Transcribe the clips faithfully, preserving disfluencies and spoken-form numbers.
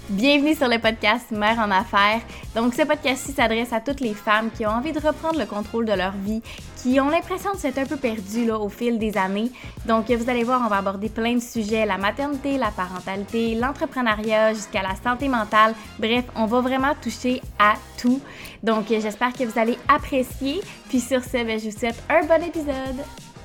Bienvenue sur le podcast Mère en affaires. Donc, ce podcast-ci s'adresse à toutes les femmes qui ont envie de reprendre le contrôle de leur vie, qui ont l'impression de s'être un peu perdues là, au fil des années. Donc, vous allez voir, on va aborder plein de sujets, la maternité, la parentalité, l'entrepreneuriat, jusqu'à la santé mentale. Bref, on va vraiment toucher à tout. Donc, j'espère que vous allez apprécier. Puis sur ce, ben, je vous souhaite un bon épisode.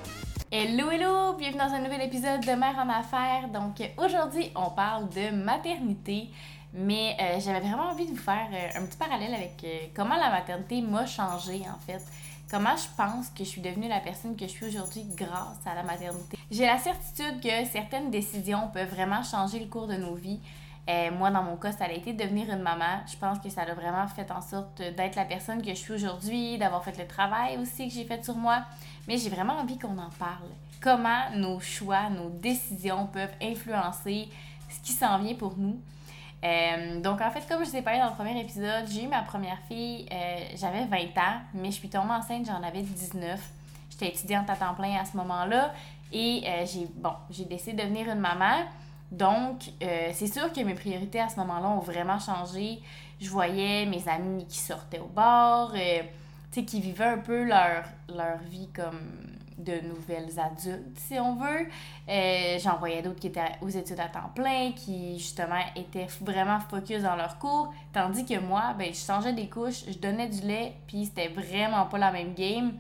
Hello, hello! Bienvenue dans un nouvel épisode de Mère en affaires. Donc, aujourd'hui, on parle de maternité, mais euh, j'avais vraiment envie de vous faire euh, un petit parallèle avec euh, comment la maternité m'a changé, en fait. Comment je pense que je suis devenue la personne que je suis aujourd'hui grâce à la maternité. J'ai la certitude que certaines décisions peuvent vraiment changer le cours de nos vies. Euh, moi, dans mon cas, ça a été de devenir une maman. Je pense que ça a vraiment fait en sorte d'être la personne que je suis aujourd'hui, d'avoir fait le travail aussi que j'ai fait sur moi. Mais j'ai vraiment envie qu'on en parle. Comment nos choix, nos décisions peuvent influencer ce qui s'en vient pour nous. Euh, donc, en fait, comme je vous ai parlé dans le premier épisode, j'ai eu ma première fille, euh, j'avais vingt ans, mais je suis tombée enceinte, j'en avais dix-neuf. J'étais étudiante à temps plein à ce moment-là et euh, j'ai, bon, j'ai décidé de devenir une maman. Donc, euh, c'est sûr que mes priorités à ce moment-là ont vraiment changé. Je voyais mes amis qui sortaient au bar, euh, tu sais, qui vivaient un peu leur, leur vie comme de nouvelles adultes, si on veut. Euh, j'en voyais d'autres qui étaient aux études à temps plein, qui, justement, étaient vraiment focus dans leurs cours, tandis que moi, ben, je changeais des couches, je donnais du lait, puis c'était vraiment pas la même game.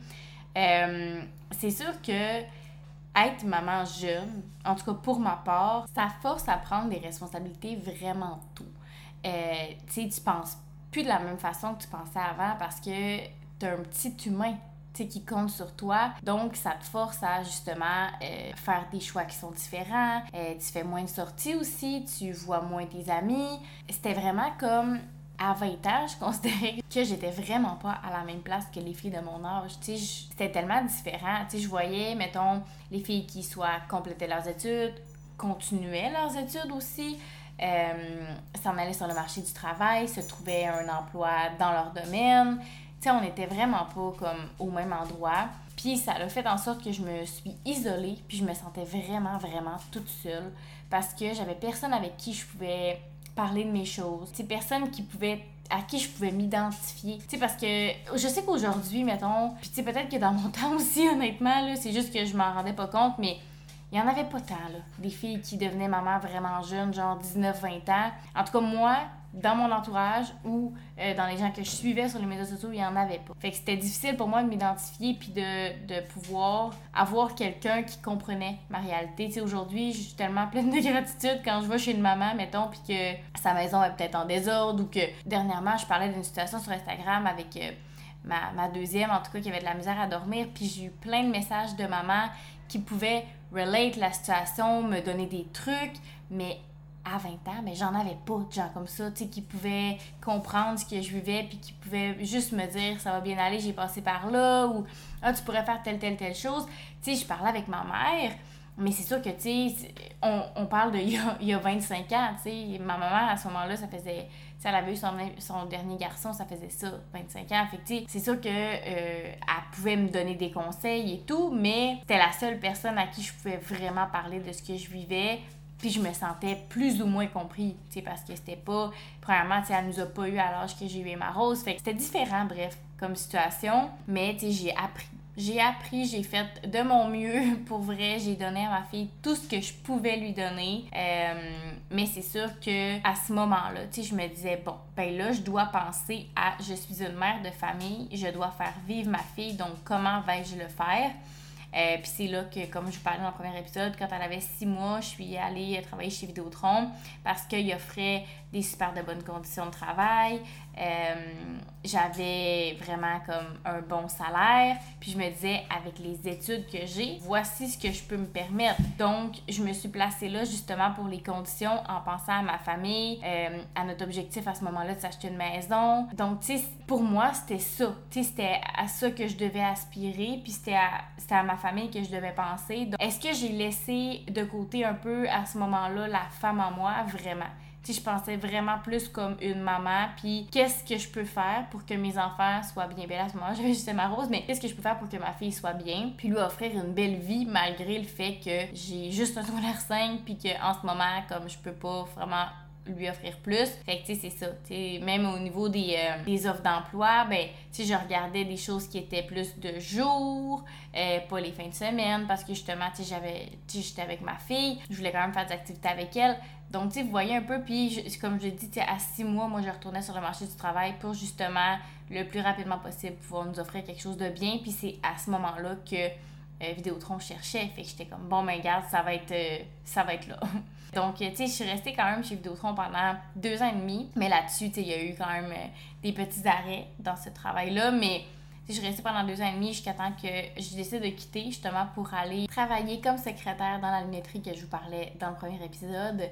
Euh, c'est sûr que être maman jeune, en tout cas pour ma part, ça force à prendre des responsabilités vraiment tôt. Euh, tu sais, tu penses plus de la même façon que tu pensais avant parce que t'as un petit humain, tu sais, qui compte sur toi. Donc, ça te force à, justement, euh, faire des choix qui sont différents. Euh, tu fais moins de sorties aussi, tu vois moins tes amis. C'était vraiment comme... À vingt ans, je considérais que j'étais vraiment pas à la même place que les filles de mon âge. Tu sais, c'était tellement différent. Tu sais, je voyais, mettons, les filles qui soit complétaient leurs études, continuaient leurs études aussi, euh, s'en allaient sur le marché du travail, se trouvaient un emploi dans leur domaine. Tu sais, on n'était vraiment pas comme au même endroit. Puis ça a fait en sorte que je me suis isolée, puis je me sentais vraiment, vraiment toute seule parce que j'avais personne avec qui je pouvais parler de mes choses. C'est personne qui pouvait à qui je pouvais m'identifier. Tu sais, parce que je sais qu'aujourd'hui, mettons, puis tu sais, peut-être que dans mon temps aussi, honnêtement, là, c'est juste que je m'en rendais pas compte, mais il y en avait pas tant, là. Des filles qui devenaient maman vraiment jeunes, genre dix-neuf vingt ans. En tout cas, moi, dans mon entourage ou euh, dans les gens que je suivais sur les médias sociaux, il n'y en avait pas. Fait que c'était difficile pour moi de m'identifier puis de, de pouvoir avoir quelqu'un qui comprenait ma réalité. Tu sais, aujourd'hui, je suis tellement pleine de gratitude quand je vais chez une maman, mettons, puis que sa maison est peut-être en désordre ou que dernièrement, je parlais d'une situation sur Instagram avec euh, ma, ma deuxième, en tout cas, qui avait de la misère à dormir, puis j'ai eu plein de messages de mamans qui pouvaient relate la situation, me donner des trucs, mais à vingt ans, mais j'en avais pas de gens comme ça, tu sais, qui pouvaient comprendre ce que je vivais puis qui pouvaient juste me dire ça va bien aller, j'ai passé par là ou ah, tu pourrais faire telle, telle, telle chose. Tu sais, je parlais avec ma mère, mais c'est sûr que, tu sais, on, on parle de il y a, il y a vingt-cinq ans, tu sais, ma maman à ce moment-là, ça faisait, tu sais, elle avait eu son, son dernier garçon, ça faisait ça, vingt-cinq ans. Fait que, tu sais, c'est sûr que euh, elle pouvait me donner des conseils et tout, mais c'était la seule personne à qui je pouvais vraiment parler de ce que je vivais. Puis je me sentais plus ou moins compris, tu sais, parce que c'était pas... Premièrement, tu sais, elle nous a pas eu à l'âge que j'ai eu ma Rose. Fait que c'était différent, bref, comme situation. Mais, tu sais, j'ai appris. J'ai appris, j'ai fait de mon mieux. Pour vrai, j'ai donné à ma fille tout ce que je pouvais lui donner. Euh, mais c'est sûr que à ce moment-là, tu sais, je me disais, bon, ben là, je dois penser à... Je suis une mère de famille, je dois faire vivre ma fille, donc comment vais-je le faire? Euh, puis c'est là que, comme je vous parlais dans le premier épisode, quand elle avait six mois, je suis allée travailler chez Vidéotron parce qu'ils offraient des super de bonnes conditions de travail. Euh, j'avais vraiment comme un bon salaire. Puis je me disais, avec les études que j'ai, voici ce que je peux me permettre. Donc, je me suis placée là justement pour les conditions en pensant à ma famille, euh, à notre objectif à ce moment-là de s'acheter une maison. Donc, tu sais, pour moi, c'était ça. Tu sais, c'était à ça que je devais aspirer. Puis c'était à, c'était à ma famille que je devais penser. Donc, est-ce que j'ai laissé de côté un peu à ce moment-là la femme en moi? Vraiment. Tu sais, je pensais vraiment plus comme une maman, puis qu'est-ce que je peux faire pour que mes enfants soient bien? Bien, à ce moment-là, j'avais juste ma Rose, mais qu'est-ce que je peux faire pour que ma fille soit bien? Puis lui offrir une belle vie, malgré le fait que j'ai juste un secondaire cinq, puis qu'en ce moment, comme je peux pas vraiment lui offrir plus. Fait que, tu sais, c'est ça. T'sais, même au niveau des, euh, des offres d'emploi, ben, tu sais, je regardais des choses qui étaient plus de jour, euh, pas les fins de semaine, parce que justement, tu sais, j'avais, tu sais, j'étais avec ma fille, je voulais quand même faire des activités avec elle. Donc, tu sais, vous voyez un peu, puis je, comme je dis, tu sais, à six mois, moi, je retournais sur le marché du travail pour justement, le plus rapidement possible, pouvoir nous offrir quelque chose de bien. Puis c'est à ce moment-là que euh, Vidéotron cherchait. Fait que j'étais comme, bon, ben, regarde, ça va être, euh, ça va être là. Donc, tu sais, je suis restée quand même chez Vidéotron pendant deux ans et demi. Mais là-dessus, tu sais, il y a eu quand même euh, des petits arrêts dans ce travail-là. Mais je suis restée pendant deux ans et demi jusqu'à temps que je décide de quitter justement pour aller travailler comme secrétaire dans la lunetterie que je vous parlais dans le premier épisode.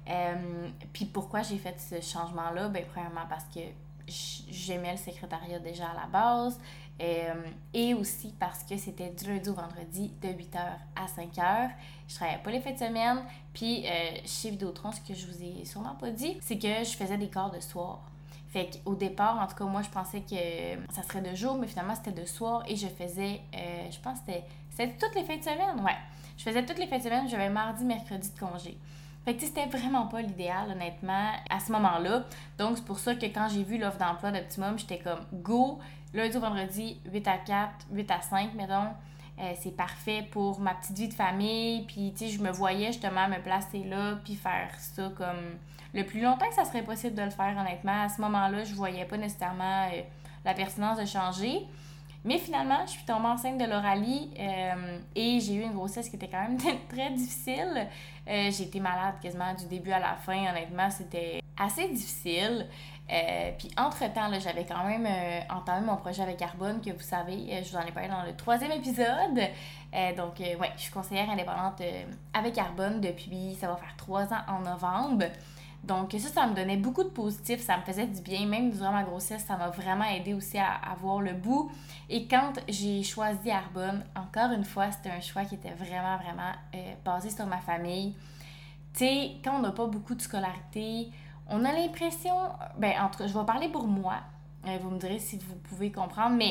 Euh, puis pourquoi j'ai fait ce changement-là? Ben, premièrement parce que j'aimais le secrétariat déjà à la base euh, et aussi parce que c'était du lundi au vendredi de huit heures à cinq heures. Je travaillais pas les fins de semaine. Puis euh, chez Vidéotron, ce que je vous ai sûrement pas dit, c'est que je faisais des quarts de soir. Fait qu'au départ, en tout cas, moi, je pensais que ça serait de jour, mais finalement, c'était de soir et je faisais, euh, je pense que c'était, c'était toutes les fins de semaine, ouais. Je faisais toutes les fins de semaine, j'avais mardi, mercredi de congé. Fait que c'était vraiment pas l'idéal, honnêtement, à ce moment-là. Donc, c'est pour ça que quand j'ai vu l'offre d'emploi d'Optimum, j'étais comme go, lundi au vendredi, huit à quatre, huit à cinq, mettons. Euh, c'est parfait pour ma petite vie de famille. Puis, tu sais, je me voyais justement me placer là, puis faire ça comme le plus longtemps que ça serait possible de le faire, honnêtement. À ce moment-là, je voyais pas nécessairement euh, la pertinence de changer. Mais finalement, je suis tombée enceinte de Lauralie euh, et j'ai eu une grossesse qui était quand même très difficile. Euh, j'ai été malade quasiment du début à la fin. Honnêtement, c'était assez difficile. Euh, puis entre-temps, là, j'avais quand même euh, entamé mon projet avec Arbonne, que vous savez, euh, je vous en ai parlé dans le troisième épisode. Euh, donc, euh, ouais, je suis conseillère indépendante euh, avec Arbonne depuis, ça va faire trois ans en novembre. Donc ça, ça me donnait beaucoup de positifs, ça me faisait du bien. Même durant ma grossesse, ça m'a vraiment aidé aussi à, à voir le bout. Et quand j'ai choisi Arbonne, encore une fois, c'était un choix qui était vraiment, vraiment euh, basé sur ma famille. Tu sais, quand on n'a pas beaucoup de scolarité, on a l'impression... Ben, en tout cas, je vais parler pour moi. Euh, vous me direz si vous pouvez comprendre, mais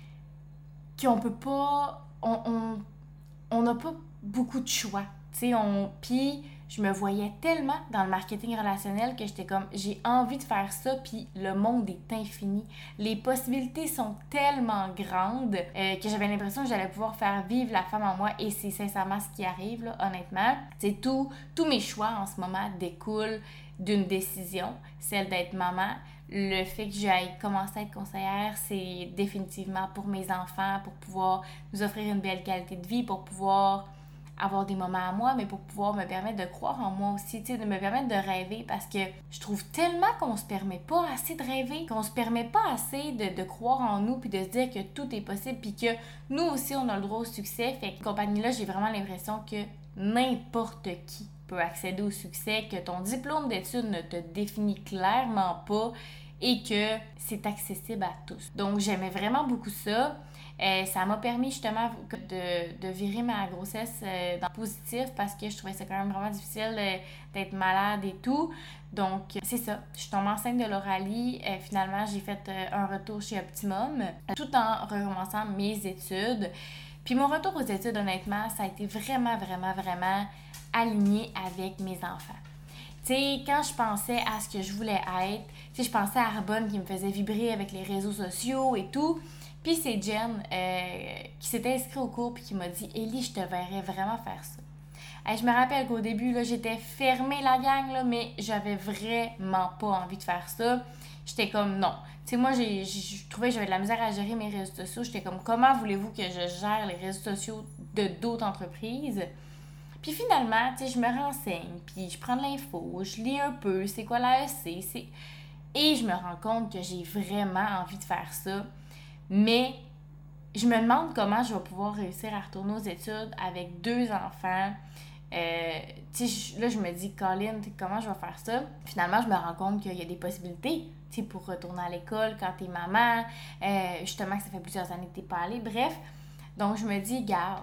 qu'on peut pas... On on, on n'a pas beaucoup de choix. Tu sais, on... Puis... Je me voyais tellement dans le marketing relationnel que j'étais comme, j'ai envie de faire ça, puis le monde est infini. Les possibilités sont tellement grandes euh, que j'avais l'impression que j'allais pouvoir faire vivre la femme en moi, et c'est sincèrement ce qui arrive, là, honnêtement. C'est tout, tous mes choix en ce moment découlent d'une décision, celle d'être maman. Le fait que j'aille commencer à être conseillère, c'est définitivement pour mes enfants, pour pouvoir nous offrir une belle qualité de vie, pour pouvoir... avoir des moments à moi, mais pour pouvoir me permettre de croire en moi aussi, tu sais, de me permettre de rêver, parce que je trouve tellement qu'on se permet pas assez de rêver, qu'on se permet pas assez de, de croire en nous, puis de se dire que tout est possible, puis que nous aussi, on a le droit au succès. Fait que compagnie-là, j'ai vraiment l'impression que n'importe qui peut accéder au succès, que ton diplôme d'études ne te définit clairement pas et que c'est accessible à tous. Donc, j'aimais vraiment beaucoup ça. Euh, ça m'a permis justement de, de virer ma grossesse euh, dans le positif, parce que je trouvais ça quand même vraiment difficile euh, d'être malade et tout. Donc, c'est ça. Je suis tombée enceinte de Lauralie. Euh, finalement, j'ai fait euh, un retour chez Optimum, euh, tout en recommençant mes études. Puis mon retour aux études, honnêtement, ça a été vraiment, vraiment, vraiment aligné avec mes enfants. Tu sais, quand je pensais à ce que je voulais être, tu sais, je pensais à Arbonne qui me faisait vibrer avec les réseaux sociaux et tout. Puis c'est Jen euh, qui s'était inscrite au cours puis qui m'a dit « Ellie, je te verrais vraiment faire ça. » Hey, je me rappelle qu'au début, là, j'étais fermée la gang, là, mais j'avais vraiment pas envie de faire ça. J'étais comme non. Tu sais, moi, j'ai, j'ai, je trouvais que j'avais de la misère à gérer mes réseaux sociaux. J'étais comme comment voulez-vous que je gère les réseaux sociaux de d'autres entreprises? Puis finalement, tu sais, je me renseigne, puis je prends de l'info, je lis un peu, c'est quoi la A E C, c'est... Et je me rends compte que j'ai vraiment envie de faire ça. Mais je me demande comment je vais pouvoir réussir à retourner aux études avec deux enfants. Euh, tu sais, là, je me dis, Colin, comment je vais faire ça? Finalement, je me rends compte qu'il y a des possibilités, tu sais, pour retourner à l'école quand t'es maman. Euh, justement, que ça fait plusieurs années que t'es pas allée. Bref, donc je me dis, garde,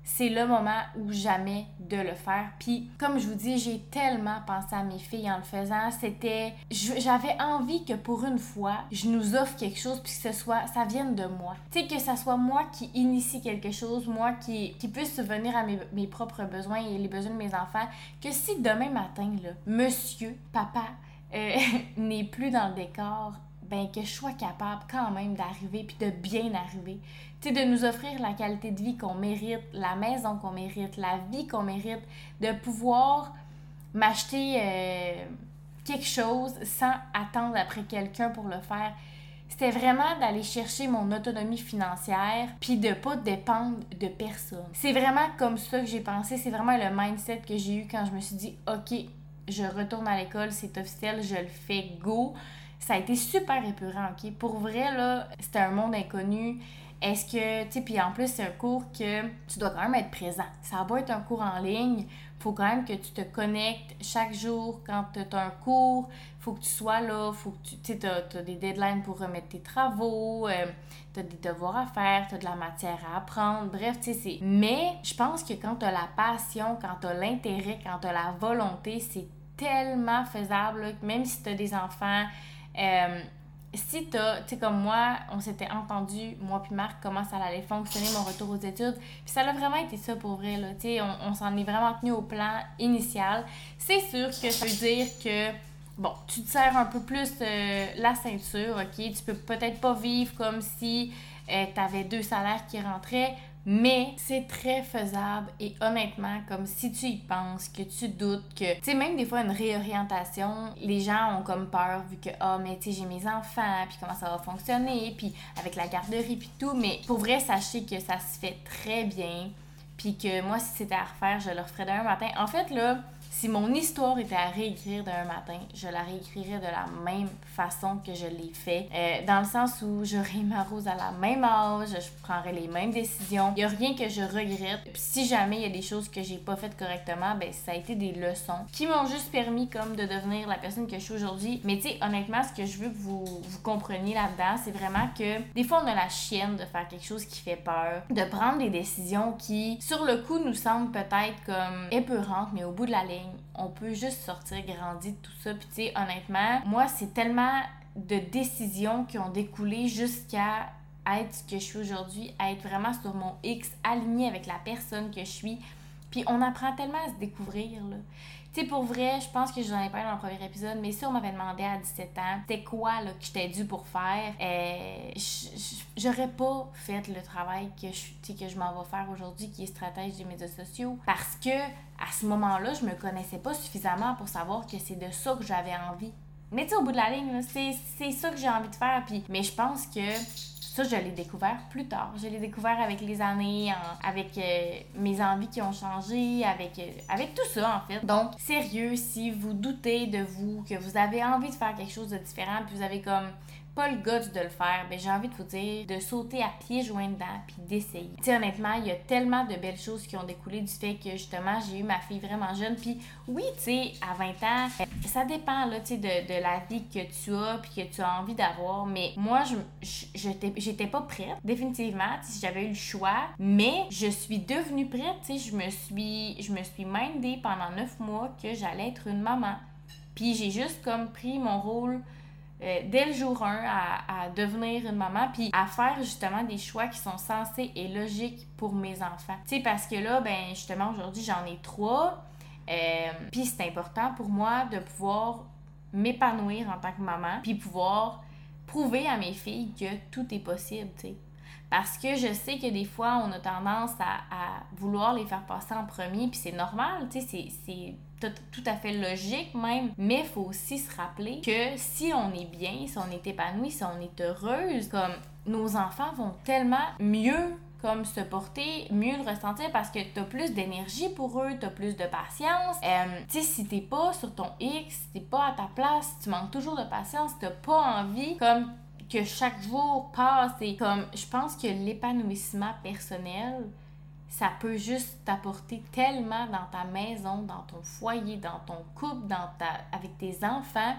c'est le moment ou jamais de le faire. Puis, comme je vous dis, j'ai tellement pensé à mes filles en le faisant. C'était... J'avais envie que pour une fois, je nous offre quelque chose puis que ce soit... ça vienne de moi. Tu sais, que ça soit moi qui initie quelque chose, moi qui, qui puisse subvenir à mes, mes propres besoins et les besoins de mes enfants. Que si demain matin, là, monsieur, papa, euh, n'est plus dans le décor, ben que je sois capable quand même d'arriver puis de bien arriver. Tu sais, de nous offrir la qualité de vie qu'on mérite, la maison qu'on mérite, la vie qu'on mérite, de pouvoir m'acheter euh, quelque chose sans attendre après quelqu'un pour le faire. C'était vraiment d'aller chercher mon autonomie financière puis de pas dépendre de personne. C'est vraiment comme ça que j'ai pensé, c'est vraiment le mindset que j'ai eu quand je me suis dit « OK, je retourne à l'école, c'est officiel, je le fais, go ». Ça a été super épurant, OK? Pour vrai, là, c'était un monde inconnu. Est-ce que, tu sais, puis en plus, c'est un cours que tu dois quand même être présent. Ça va pas être un cours en ligne. Il faut quand même que tu te connectes chaque jour quand tu as un cours. Il faut que tu sois là. Faut que tu tu sais, tu as des deadlines pour remettre tes travaux. Euh, tu as des devoirs à faire. Tu as de la matière à apprendre. Bref, tu sais, c'est... Mais je pense que quand tu as la passion, quand tu as l'intérêt, quand tu as la volonté, c'est tellement faisable, là, même si tu as des enfants... Euh, si t'as, tu sais, comme moi, on s'était entendu, moi puis Marc, comment ça allait fonctionner mon retour aux études. Puis ça a vraiment été ça pour vrai, là. Tu sais, on, on s'en est vraiment tenu au plan initial. C'est sûr que ça veut dire que, bon, tu te serres un peu plus euh, la ceinture, OK? Tu peux peut-être pas vivre comme si euh, t'avais deux salaires qui rentraient, mais c'est très faisable et honnêtement, comme si tu y penses, que tu doutes, que... Tu sais, même des fois, une réorientation, les gens ont comme peur vu que, ah, oh, mais tu sais, j'ai mes enfants, puis comment ça va fonctionner, puis avec la garderie, puis tout. Mais pour vrai, sachez que ça se fait très bien, puis que moi, si c'était à refaire, je le referais demain matin. En fait, là... Si mon histoire était à réécrire d'un matin, je la réécrirais de la même façon que je l'ai fait. Euh, dans le sens où j'aurais ma Rose à la même âge, je prendrais les mêmes décisions. Il n'y a rien que je regrette. Puis si jamais il y a des choses que j'ai pas faites correctement, ben ça a été des leçons qui m'ont juste permis comme de devenir la personne que je suis aujourd'hui. Mais tu sais, honnêtement, ce que je veux que vous, vous compreniez là-dedans, c'est vraiment que des fois on a la chienne de faire quelque chose qui fait peur, de prendre des décisions qui, sur le coup, nous semblent peut-être comme épeurantes, mais au bout de la ligne, on peut juste sortir grandi de tout ça. Puis tu sais, honnêtement, moi, c'est tellement de décisions qui ont découlé jusqu'à être ce que je suis aujourd'hui, à être vraiment sur mon X, aligné avec la personne que je suis. Puis on apprend tellement à se découvrir, là. Tu sais, pour vrai, je pense que j'en ai parlé dans le premier épisode, mais si on m'avait demandé à dix-sept ans, c'était quoi là, que j'étais due pour faire, euh, j'aurais pas fait le travail que je, que je m'en vais faire aujourd'hui, qui est stratège des médias sociaux, parce que à ce moment-là, je me connaissais pas suffisamment pour savoir que c'est de ça que j'avais envie. Mais tu sais, au bout de la ligne, là, c'est, c'est ça que j'ai envie de faire. Puis, mais je pense que ça, je l'ai découvert plus tard. Je l'ai découvert avec les années, en, avec euh, mes envies qui ont changé, avec, euh, avec tout ça, en fait. Donc, sérieux, si vous doutez de vous, que vous avez envie de faire quelque chose de différent, puis vous avez comme pas le guts de le faire, ben j'ai envie de vous dire de sauter à pieds joints dedans puis d'essayer. Tu sais, honnêtement, il y a tellement de belles choses qui ont découlé du fait que, justement, j'ai eu ma fille vraiment jeune. Puis oui, tu sais, à vingt ans, ça dépend, là, tu sais, de, de la vie que tu as puis que tu as envie d'avoir. Mais moi, je, je, j'étais, j'étais pas prête, définitivement, si j'avais eu le choix. Mais je suis devenue prête, tu sais, je me suis, je me suis mindée pendant neuf mois que j'allais être une maman. Puis j'ai juste comme pris mon rôle Euh, dès le jour un à, à devenir une maman puis à faire justement des choix qui sont sensés et logiques pour mes enfants. Tu sais, parce que là, ben justement, aujourd'hui, j'en ai trois. Euh, puis c'est important pour moi de pouvoir m'épanouir en tant que maman puis pouvoir prouver à mes filles que tout est possible, tu sais. Parce que je sais que des fois, on a tendance à, à vouloir les faire passer en premier, puis c'est normal, tu sais, c'est, c'est tout, tout à fait logique même, mais il faut aussi se rappeler que si on est bien, si on est épanoui, si on est heureuse, comme nos enfants vont tellement mieux comme se porter, mieux le ressentir parce que t'as plus d'énergie pour eux, t'as plus de patience. Euh, tu sais, si t'es pas sur ton X, si t'es pas à ta place, tu manques toujours de patience, t'as pas envie, comme que chaque jour passe et comme je pense que l'épanouissement personnel, ça peut juste t'apporter tellement dans ta maison, dans ton foyer, dans ton couple, dans ta, avec tes enfants,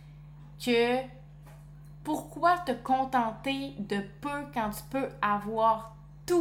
que pourquoi te contenter de peu quand tu peux avoir tout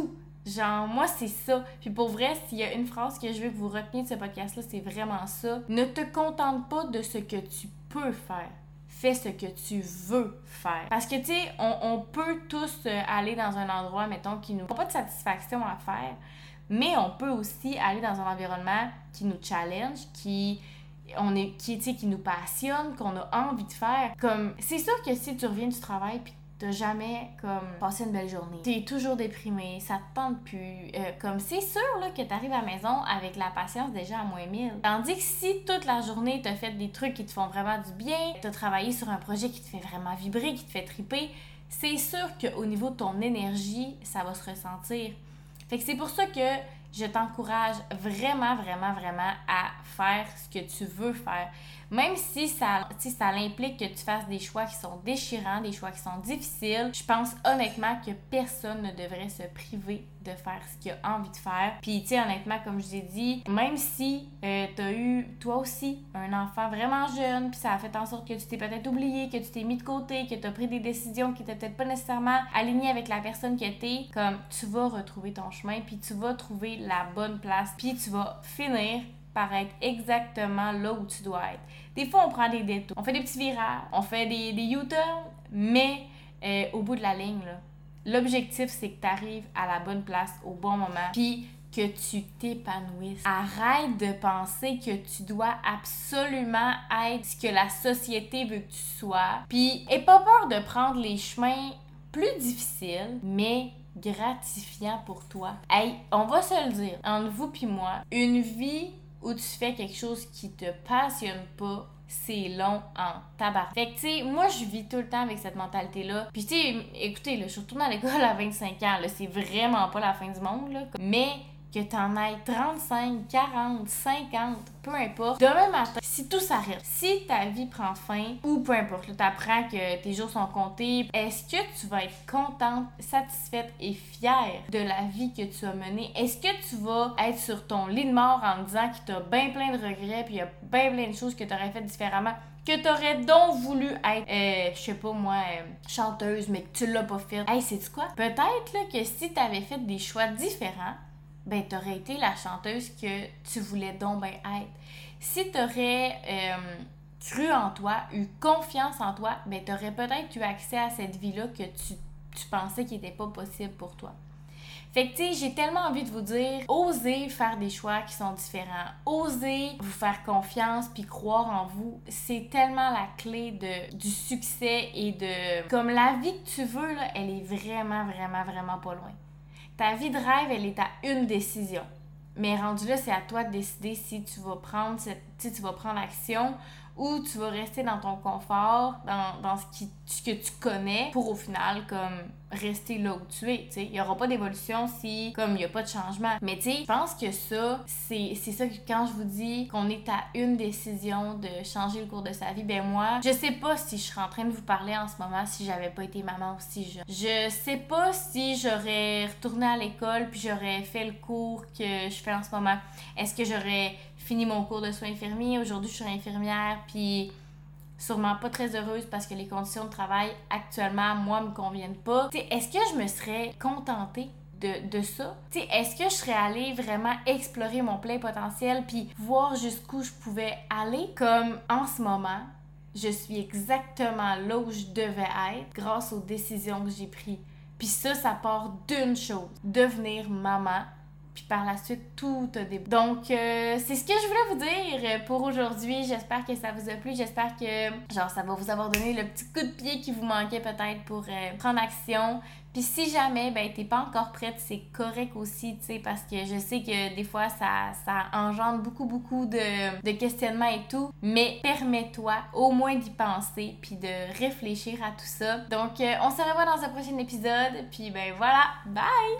Genre, moi, c'est ça. Puis pour vrai, s'il y a une phrase que je veux que vous reteniez de ce podcast-là, c'est vraiment ça. Ne te contente pas de ce que tu peux faire. Fais ce que tu veux faire. Parce que, tu sais, on, on peut tous aller dans un endroit, mettons, qui nous n'a pas de satisfaction à faire, mais on peut aussi aller dans un environnement qui nous challenge, qui... on est qui, qui nous passionne, qu'on a envie de faire. Comme, c'est sûr que si tu reviens du travail puis t'as jamais comme passé une belle journée, t'es toujours déprimé, ça te tente plus, euh, comme c'est sûr là, que t'arrives à la maison avec la patience déjà à moins mille. Tandis que si toute la journée t'as fait des trucs qui te font vraiment du bien, t'as travaillé sur un projet qui te fait vraiment vibrer, qui te fait triper, c'est sûr qu'au niveau de ton énergie, ça va se ressentir. Fait que c'est pour ça que je t'encourage vraiment, vraiment, vraiment à faire ce que tu veux faire. Même si ça, si ça implique que tu fasses des choix qui sont déchirants, des choix qui sont difficiles, je pense honnêtement que personne ne devrait se priver de faire ce qu'il a envie de faire. Puis, tu sais, honnêtement, comme je vous ai dit, même si euh, tu as eu, toi aussi, un enfant vraiment jeune, puis ça a fait en sorte que tu t'es peut-être oublié, que tu t'es mis de côté, que tu as pris des décisions qui n'étaient peut-être pas nécessairement alignées avec la personne que t'es, comme tu vas retrouver ton chemin, puis tu vas trouver la bonne place, puis tu vas finir par être exactement là où tu dois être. Des fois, on prend des détours, on fait des petits virages, on fait des, des U-turns, mais euh, au bout de la ligne, là, l'objectif, c'est que tu arrives à la bonne place au bon moment, puis que tu t'épanouisses. Arrête de penser que tu dois absolument être ce que la société veut que tu sois, puis aie pas peur de prendre les chemins plus difficiles, mais gratifiants pour toi. Hey, on va se le dire, entre vous puis moi, une vie où tu fais quelque chose qui te passionne pas, c'est long en tabac. Fait que, tu sais, moi, je vis tout le temps avec cette mentalité-là. Puis, tu sais, écoutez, là, je suis retournée à l'école à vingt-cinq ans, là, c'est vraiment pas la fin du monde, là. Mais que t'en ailles trente-cinq, quarante, cinquante, peu importe. Demain matin, si tout s'arrête, si ta vie prend fin, ou peu importe, là, t'apprends que tes jours sont comptés, est-ce que tu vas être contente, satisfaite et fière de la vie que tu as menée? Est-ce que tu vas être sur ton lit de mort en disant que t'as bien plein de regrets, puis il y a bien plein de choses que t'aurais faites différemment, que t'aurais donc voulu être, euh, je sais pas moi, euh, chanteuse, mais que tu l'as pas fait? Hey, sais-tu quoi? Peut-être là, que si t'avais fait des choix différents, ben t'aurais été la chanteuse que tu voulais donc ben être. Si t'aurais euh, cru en toi, eu confiance en toi, ben t'aurais peut-être eu accès à cette vie-là que tu, tu pensais qu'il n'était pas possible pour toi. Fait que, tu sais, j'ai tellement envie de vous dire, osez faire des choix qui sont différents. Osez vous faire confiance puis croire en vous. C'est tellement la clé de, du succès et de... Comme la vie que tu veux, là, elle est vraiment, vraiment, vraiment pas loin. Ta vie de rêve, elle est à une décision. Mais rendu là, c'est à toi de décider si tu vas prendre cette, si tu vas prendre action ou tu vas rester dans ton confort, dans, dans ce, qui, ce que tu connais pour au final comme rester là où tu es. Il n'y aura pas d'évolution si comme il n'y a pas de changement. Mais tu sais, je pense que ça, c'est, c'est ça que quand je vous dis qu'on est à une décision de changer le cours de sa vie, ben moi, je sais pas si je serais en train de vous parler en ce moment si j'avais pas été maman aussi jeune. Je sais pas si j'aurais retourné à l'école puis j'aurais fait le cours que je fais en ce moment. Est-ce que j'aurais fini mon cours de soins infirmiers? Aujourd'hui, je suis infirmière puis sûrement pas très heureuse parce que les conditions de travail actuellement, moi, me conviennent pas. T'sais, est-ce que je me serais contentée de, de ça? T'sais, est-ce que je serais allée vraiment explorer mon plein potentiel puis voir jusqu'où je pouvais aller? Comme en ce moment, je suis exactement là où je devais être grâce aux décisions que j'ai prises. Puis ça, ça part d'une chose, devenir maman. Puis par la suite, tout a débuté. Donc, euh, c'est ce que je voulais vous dire pour aujourd'hui. J'espère que ça vous a plu. J'espère que genre ça va vous avoir donné le petit coup de pied qui vous manquait peut-être pour euh, prendre action. Puis si jamais, ben t'es pas encore prête, c'est correct aussi, tu sais, parce que je sais que des fois, ça, ça engendre beaucoup, beaucoup de, de questionnements et tout. Mais permets-toi au moins d'y penser puis de réfléchir à tout ça. Donc, euh, on se revoit dans un prochain épisode. Puis ben voilà, bye!